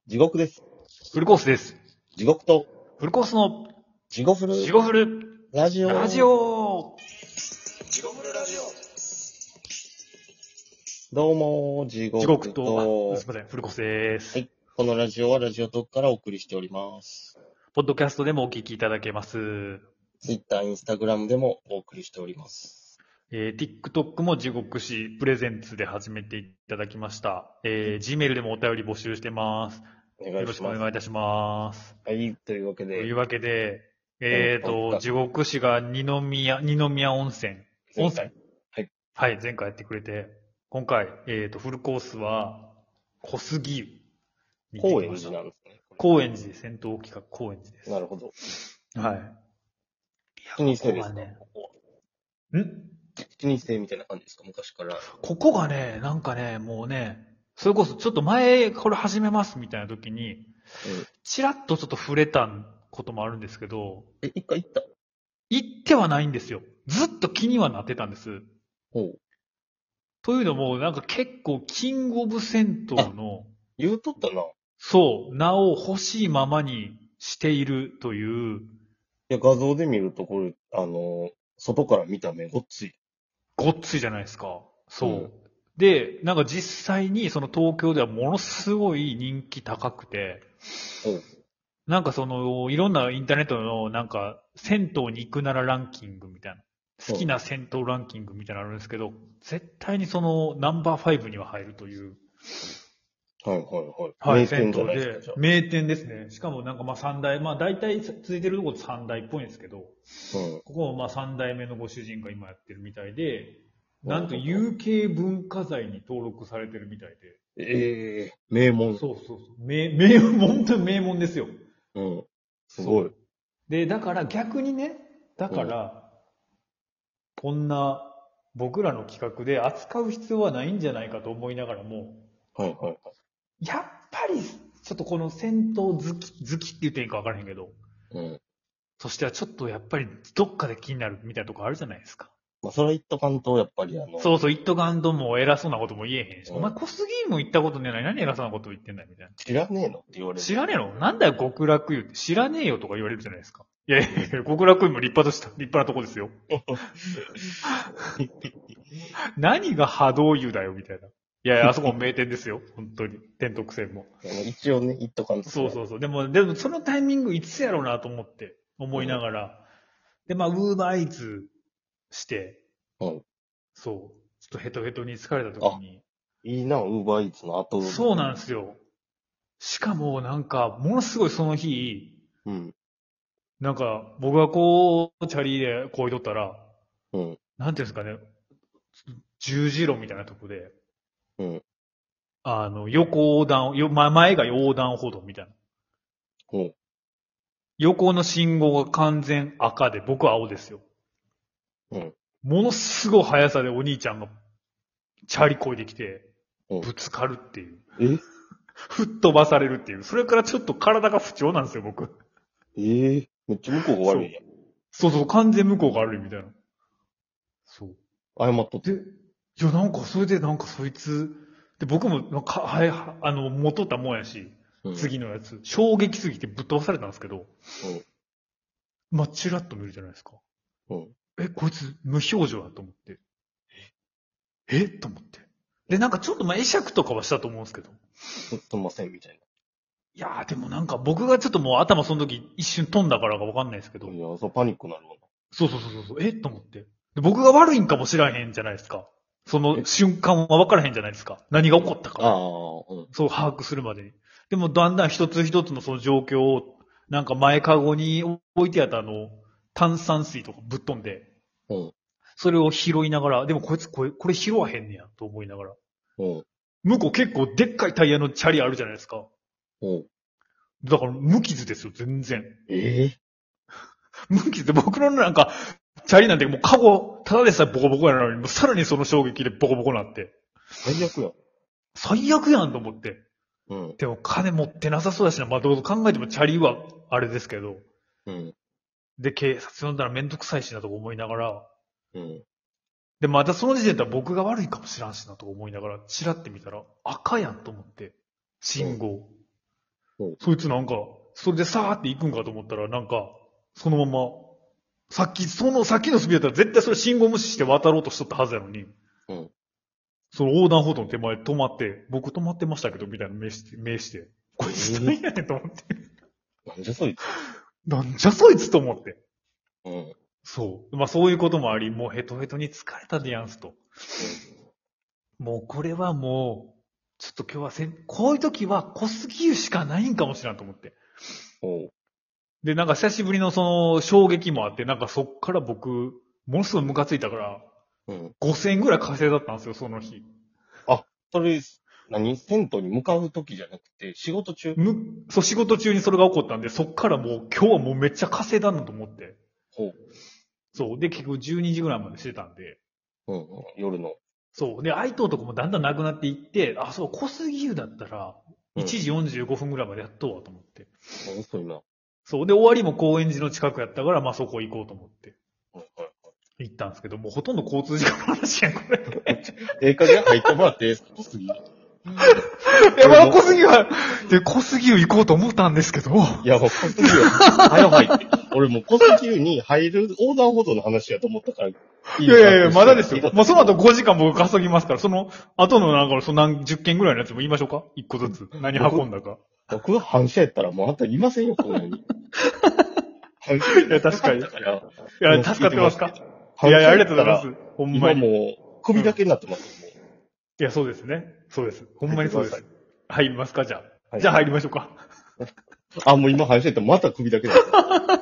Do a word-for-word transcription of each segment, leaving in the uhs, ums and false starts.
地獄です。 フルコースです。 地獄と、 フルコースの地獄フル、 ジゴフルラジオ。 ラジオ。 地獄フルラジオ。どうも、地地獄獄と、 と、あ、すみません、フルコースです。 はい。このラジオはラジオトークからお送りしております。 ポッドキャストでもお聞きいただけます。 Twitter、Instagram でもお送りしております。 えー、TikTok も地獄史プレゼンツで始めていただきました。えー、Gmail でもお便り募集してます。 お願よろしくおいします。 願いいたします。 はい。というわけで、 というわけで、えーと、地獄史が二宮、二宮温泉。温泉はい。 はい、前回やってくれて、今回、えーと、フルコースは、小杉湯に行って高円きました。 寺なんですね。 高円寺で戦闘企画高円寺です。 なるほど。 はい。いや、 気にせですか、 ここがね、 ここは。 ん気にせみたいな感じですか、昔から。 ここがね、なんかね、もうね、それこそちょっと前これ始めますみたいな時に、 うん。 ちらっとちょっと触れたこともあるんですけど、 え、一回行った行ってはないんですよ。ずっと気にはなってたんです。 ほう。 というのも、なんか結構キングオブ銭湯の、 言うとったな。いそう、名を欲しいままにしているという、 や、画像で見ると、これ、あの、外から見た目ごっつい。 ごっついじゃないですか。そう。 うんで、なんか実際にその東京ではものすごい人気高くて、 うんなんかその、いろんなインターネットのなんか、銭湯に行くならランキングみたいな、好きな銭湯ランキングみたいなのあるんですけど、絶対にそのナンバーファイブには入るという、 はいはいはい、 はい。名店じゃ銭湯でないですか、じゃあ。 名店ですね。しかもなんかまあ三代、まあ大体続いてるところ三代っぽいんですけど、 うん。 ここもまあ三代目のご主人が今やってるみたいで、なんとなるほど有形文化財に登録されてるみたいで。 ええ名門。 そうそうそう。名、名門、本当に名門ですよ。 うん。すごいそう。。で、だから逆にね、だから、こんな僕らの企画で扱う必要はないんじゃないかと思いながらも、 はいはいはい。 やっぱり、ちょっとこの戦闘好き、好きって言っていいか分からへんけど、 うん。 そしてはちょっとやっぱりどっかで気になるみたいなとこあるじゃないですか。 まあ、それは言っとかんと、やっぱりあの、 そうそう、一斗ガンドも偉そうなことも言えへんし、 うんお前小杉も言ったことねえのに何偉そうなこと言ってんだよみたいな。 知らねえのって言われる。 知らねえのなんだよ極楽湯って知らねえよとか言われるじゃないですか。いやいやいや、極楽湯も立派とした、立派なとこですよ。何が波動湯だよみたいな。いやいや、あそこも名店ですよ。本当に。天徳線も。 あの一応ね、言っとかんと。 そうそうそう。でも、でもそのタイミングいつやろうなと思って、思いながら。で、まあ、ウーバーイーツして、 う。うん。 そう。ちょっとヘトヘトに疲れた時に。 いいな、ウーバーイーツの後。 そうなんですよ。しかも、なんか、ものすごいその日、 うん。 なんか、僕がこう、チャリでこいとったら、 うん。 なんていうんですかね、十字路みたいなとこで、 うん。 あの、横横断、よ、ま前が横断歩道みたいな。 ほう。 横の信号が完全赤で、僕は青ですよ。 うん。 ものすごい速さでお兄ちゃんが、チャリこいできて、 うん。 ぶつかるっていう。 え吹っ飛ばされるっていう。それからちょっと体が不調なんですよ、僕。 ええめっちゃ向こうが悪いやん。 そうそう、完全向こうが悪いみたいな。そう。 謝っとって。 で、いや、なんか、それでなんかそいつ、で、僕も、なんか、はい、はあの、元ったもんやし、 うん。 次のやつ、衝撃すぎてぶっ飛ばされたんですけど、 うん。 まあ、チラッと見るじゃないですか。 うん。 え、こいつ無表情だと思って。えと思って。で、なんかちょっとまあ会釈とかはしたと思うんですけど。 すすんません、みたいいやーでもなんか僕がちょっともう頭その時一瞬飛んだからかわかんないですけど。 な。いや、そう、パニックなるわそうそうそうそう。えと思って。で僕が悪いんかもしらへんじゃないですか。その瞬間は分からへんじゃないですか。何が起こったな。ああ、 か。 うん。 そう把握するまでに。でもだんだん一つ一つのその状況を、なんか前かごに置いてあったあの、炭酸水とかぶっ飛んで、 うん。 それを拾いながら、でもこいつこれ、これ拾わへんねや、と思いながら。 うん。 向こう結構でっかいタイヤのチャリあるじゃないですか。 うん。 だから無傷ですよ、全然。 ええ無傷で僕のなんか、チャリなんてもうカゴ、ただでさえボコボコやのに、もうさらにその衝撃でボコボコなって。 最悪やん。 最悪やんと思って。 うん。 でも金持ってなさそうだしな、まあどう考えてもチャリはあれですけど。 うん。 で、警察呼んだらめんどくさいしなとか思いながら。 うん。 で、またその時点では僕が悪いかもしらんしなとか思いながら、チラって見たら赤やんと思って。信号。 そいつなんか、それでさーって行くんかと思ったら、なんか、そのまま、さっき、その、さっきのスピードだったら絶対それ信号無視して渡ろうとしとったはずやのに、 うん。 その横断歩道の手前止まって、僕止まってましたけど、みたいな名して、名して、こいつ何やねんと思って。 なんじゃそいつ。 なんじゃそいつと思って。 うん。うん。 そう。まあそういうこともあり、もうヘトヘトに疲れたでやんすと。もうこれはもう、ちょっと今日はせん、こういう時は小杉湯しかないんかもしれんと思って。 おう。 で、なんか久しぶりのその衝撃もあって、なんかそっから僕、ものすごいムカついたから、 うん。 ごせんえんぐらい稼いだったんですよ、その日。 あ、それ、何銭湯に向かう時じゃなくて、仕事中む、そう、仕事中にそれが起こったんで、そっからもう今日はもうめっちゃ稼いだなと思って。 ほう。 そう。で、結局じゅうにじぐらいまでしてたんで。 うん、うん。夜の。 そう。で、愛灯とかもだんだんなくなっていって、あ、そう、小杉湯だったら、いちじよんじゅうごふんぐらいまでやっとうわと思って。 うん、遅いな。 そう。で、終わりも高円寺の近くやったから、まあそこ行こうと思って。 はいはいはい。 行ったんですけど、もうほとんど交通事故の話やん、これ。 ええ加減入ってもらってええ小杉。 いや、まあ小杉は、で、小杉湯行こうと思ったんですけど。 いや、もう小杉湯、はよ入って。俺もう小杉湯に入る横断歩道の話やと思ったから。いいやいやいや、まだですよ。もうその後ごじかん僕稼ぎますから、その後のなんか、その何十件ぐらいのやつも言いましょうか一個ずつ。何運んだか。 僕が反射やったらもうあんたいませんよ、こんなに。反射いや、確かに。いや、助かってますかいいやいや、ありがとうございます。ほんま今に。 もう、首だけになってますよ、もう。 いや、そうですね。そうです。ほんまにそうです。入りますか、じゃあ。 はいじゃあ入りましょうか。 あ、もう今反射やったらまた首だけになってます。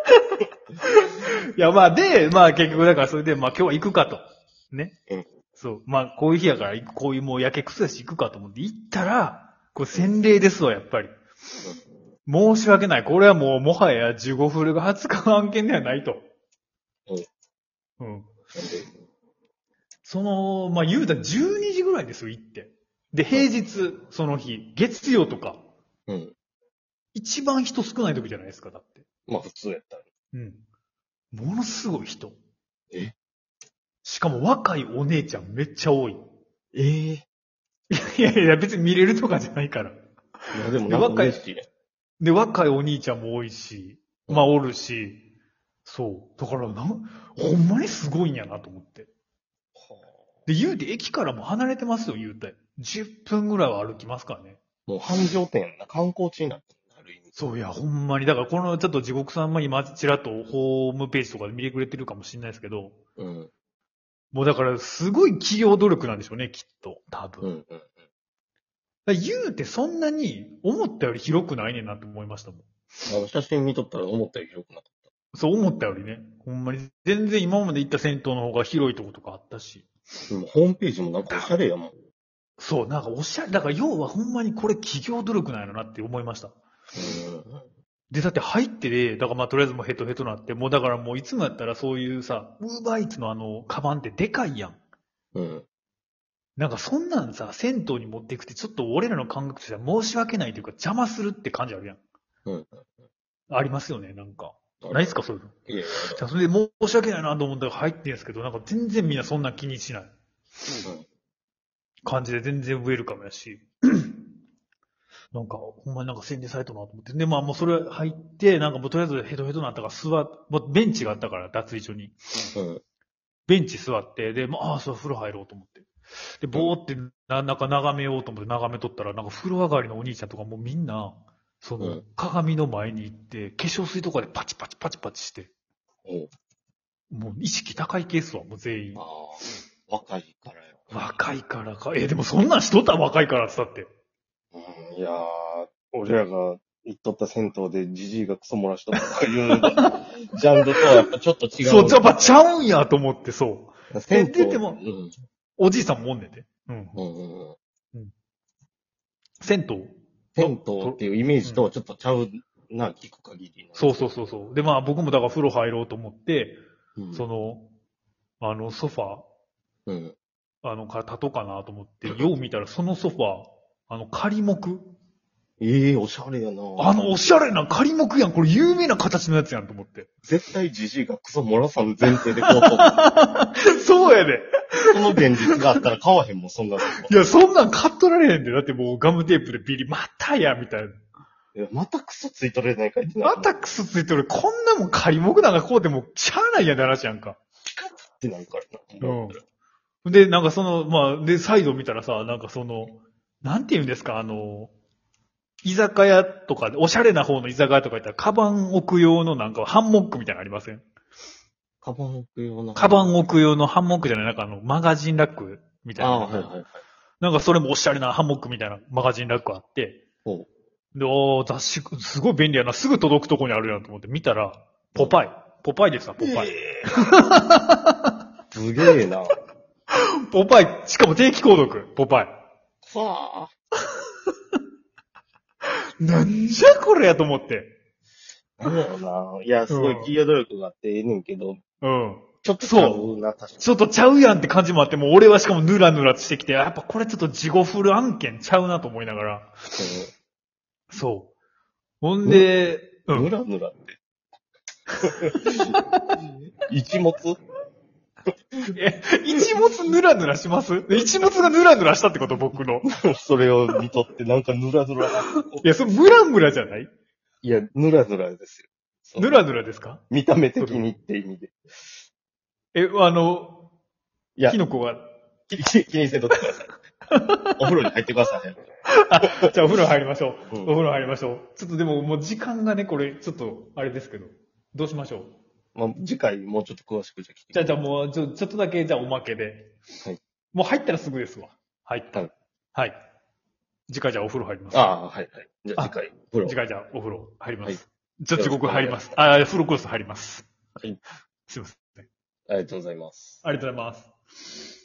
いや、まあ、で、まあ結局だからそれで、まあ今日は行くかと。ね。 うん。 そう。まあ、こういう日やから、こういうもうやけくそやし行くかと思って行ったら、これ洗礼ですわ、やっぱり。申し訳ない。これはもう、もはやじゅうごフルがはつかの案件ではないと。うん。うん。その、まあ、言うたらじゅうにじぐらいですよ、行って。で、平日、その日、月曜とか。 うん。 一番人少ない時じゃないですか、だって。 まあ普通やったら。 うん。ものすごい人。 えしかも若いお姉ちゃんめっちゃ多い。 ええいやいや、別に見れるとかじゃないから。 いや、でもなんか嬉しいね。 で、若いお兄ちゃんも多いし、まあおるし、そう。だからな、ほんまにすごいんやなと思って。で、言うて駅からも離れてますよ、言うて。じゅっぷんぐらいは歩きますからね。 もう繁盛店やな。観光地になってる、ある意味。 そういや、ほんまに。だからこのちょっと地獄さんも今ちらっとホームページとかで見てくれてるかもしれないですけど、 うん。 もうだからすごい企業努力なんでしょうね、きっと。多分。 うんうん。 だから言うてそんなに思ったより広くないねんなって思いましたもん。 あの、写真見とったら思ったより広くなかっそう思ったよりね。ほんまに。全然今まで行った銭湯の方が広いとことかあったし。 た。でもホームページもなんかおしゃれやもん。 そう、なんかおしゃれ、だから要はほんまにこれ企業努力なんやろなって思いました。 うんで、だって入ってで、だからまあとりあえずもうヘトヘトなって、もうだからもういつもやったらそういうさ、ウーバーイーツのあの、カバンってでかいやん。 うん。 なんかそんなんさ、銭湯に持っていくってちょっと俺らの感覚としては申し訳ないというか邪魔するって感じあるやん。 うん。 ありますよね、なんか。ないっすか、そういうの。 いやいや。 じゃあそれで申し訳ないなと思ったら入ってんすけど、なんか全然みんなそんな気にしないうん。 感じで全然ウェルカムやし。なんか、ほんまになんか宣伝されたなと思って。で、まあもうそれ入って、なんかもうとりあえずヘトヘトになったから座っ、もうベンチがあったから脱衣所に。 うん。 ベンチ座って、で、まあ、ああ、そう、風呂入ろうと思って。で、ぼーってな、なんか眺めようと思って眺めとったら、なんか風呂上がりのお兄ちゃんとかもうみんな、その、 うん鏡の前に行って、化粧水とかでパチパチパチパチして、 おうもう意識高いケースはもう全員あ。あ、若いからよ。 若いからか。え、でもそんなんしとったら若いからって言ったって。 うん、いやー、俺らが行っとった銭湯でジジイがクソ漏らしとったというジャンルとはやっぱちょっと違う。 そう、やっぱちゃうんやと思って、そう。 銭湯ででもうん。 おじいさんもおんねんで。うん。 うんうんうん。 銭湯銭湯っていうイメージとはちょっとちゃうな、聞く限りの。 そうそうそうそう。で、まあ僕もだから風呂入ろうと思って、 うん、 その、あの、ソファー、 うん。 あの、から立とうかなと思って、よう見たらそのソファー、あの、仮木ええー、おしゃれやな。 あの、おしゃれな仮木やん。これ有名な形のやつやんと思って。 絶対ジジイがクソ漏らさん前提でこうと。 そうやで。 その現実があったら買わへんもん、そんなの。 いや、そんなん買っとられへんで。だってもうガムテープでビリ、またや、みたいな。 いや、またクソついとれないかいってなる。 またクソついてる。こんなもん仮木なんかこうでも、しゃあないやんって話やんか。 ピカッってなるからな。 うん。で、なんかその、まあ、で、再度見たらさ、なんかその、なんて言うんですか、あの、居酒屋とかで、おしゃれな方の居酒屋とか行ったら、カバン置く用のなんかハンモックみたいなのありません？ カバン置く用の。 カバン置く用のハンモックじゃない、なんかあの、マガジンラックみたいな。 ああ、はいはいはい。 なんかそれもおしゃれなハンモックみたいなマガジンラックあって、 ほで、おー、雑誌、すごい便利やな。すぐ届くとこにあるやんと思って見たら、ポパイ。ポパイですわ、ポパイ。 えー、すげえな。 ポパイ、しかも定期購読、ポパイ。 はあ。 なんじゃこれやと思って。 なんだろうな。いや、すごい企業努力があってええねんけど、 うん。 ちょっとちゃうな、確かに。 ちょっとちゃうやんって感じもあって、もう俺はしかもヌラヌラしてきて、やっぱこれちょっと地獄フル案件ちゃうなと思いながら。そう。ほんで、うん。 ぬらぬらって。一物え、一物ヌラヌラします一物がヌラヌラしたってこと僕の。 それを見とって、なんかぬらぬら。 いや、それムラムラじゃない？ いや、ぬらぬらですよ。 ヌラヌラですか？ 見た目的にって意味で。 え、あの、 いやキ、ノコが。 気気気にせんとってください。お風呂に入ってください。 あ、じゃあお風呂入りましょう。 うんお風呂入りましょう。ちょっとでももう時間がね、これ、ちょっと、あれですけど。どうしましょう？ まあ、次回もうちょっと詳しくじゃあ聞いて。 じゃあ、じゃあもう、ちょ、ちょっとだけ、じゃあおまけで。 はい。 もう入ったらすぐですわ。入ったら。はい。次回じゃあお風呂入ります。 ああ、はいはい。じゃあ次回、お風呂。 次回じゃあお風呂入ります。 はいじゃあ地獄入ります。あ、フルコース入ります。 はい。 すいません。 ありがとうございます。 ありがとうございます。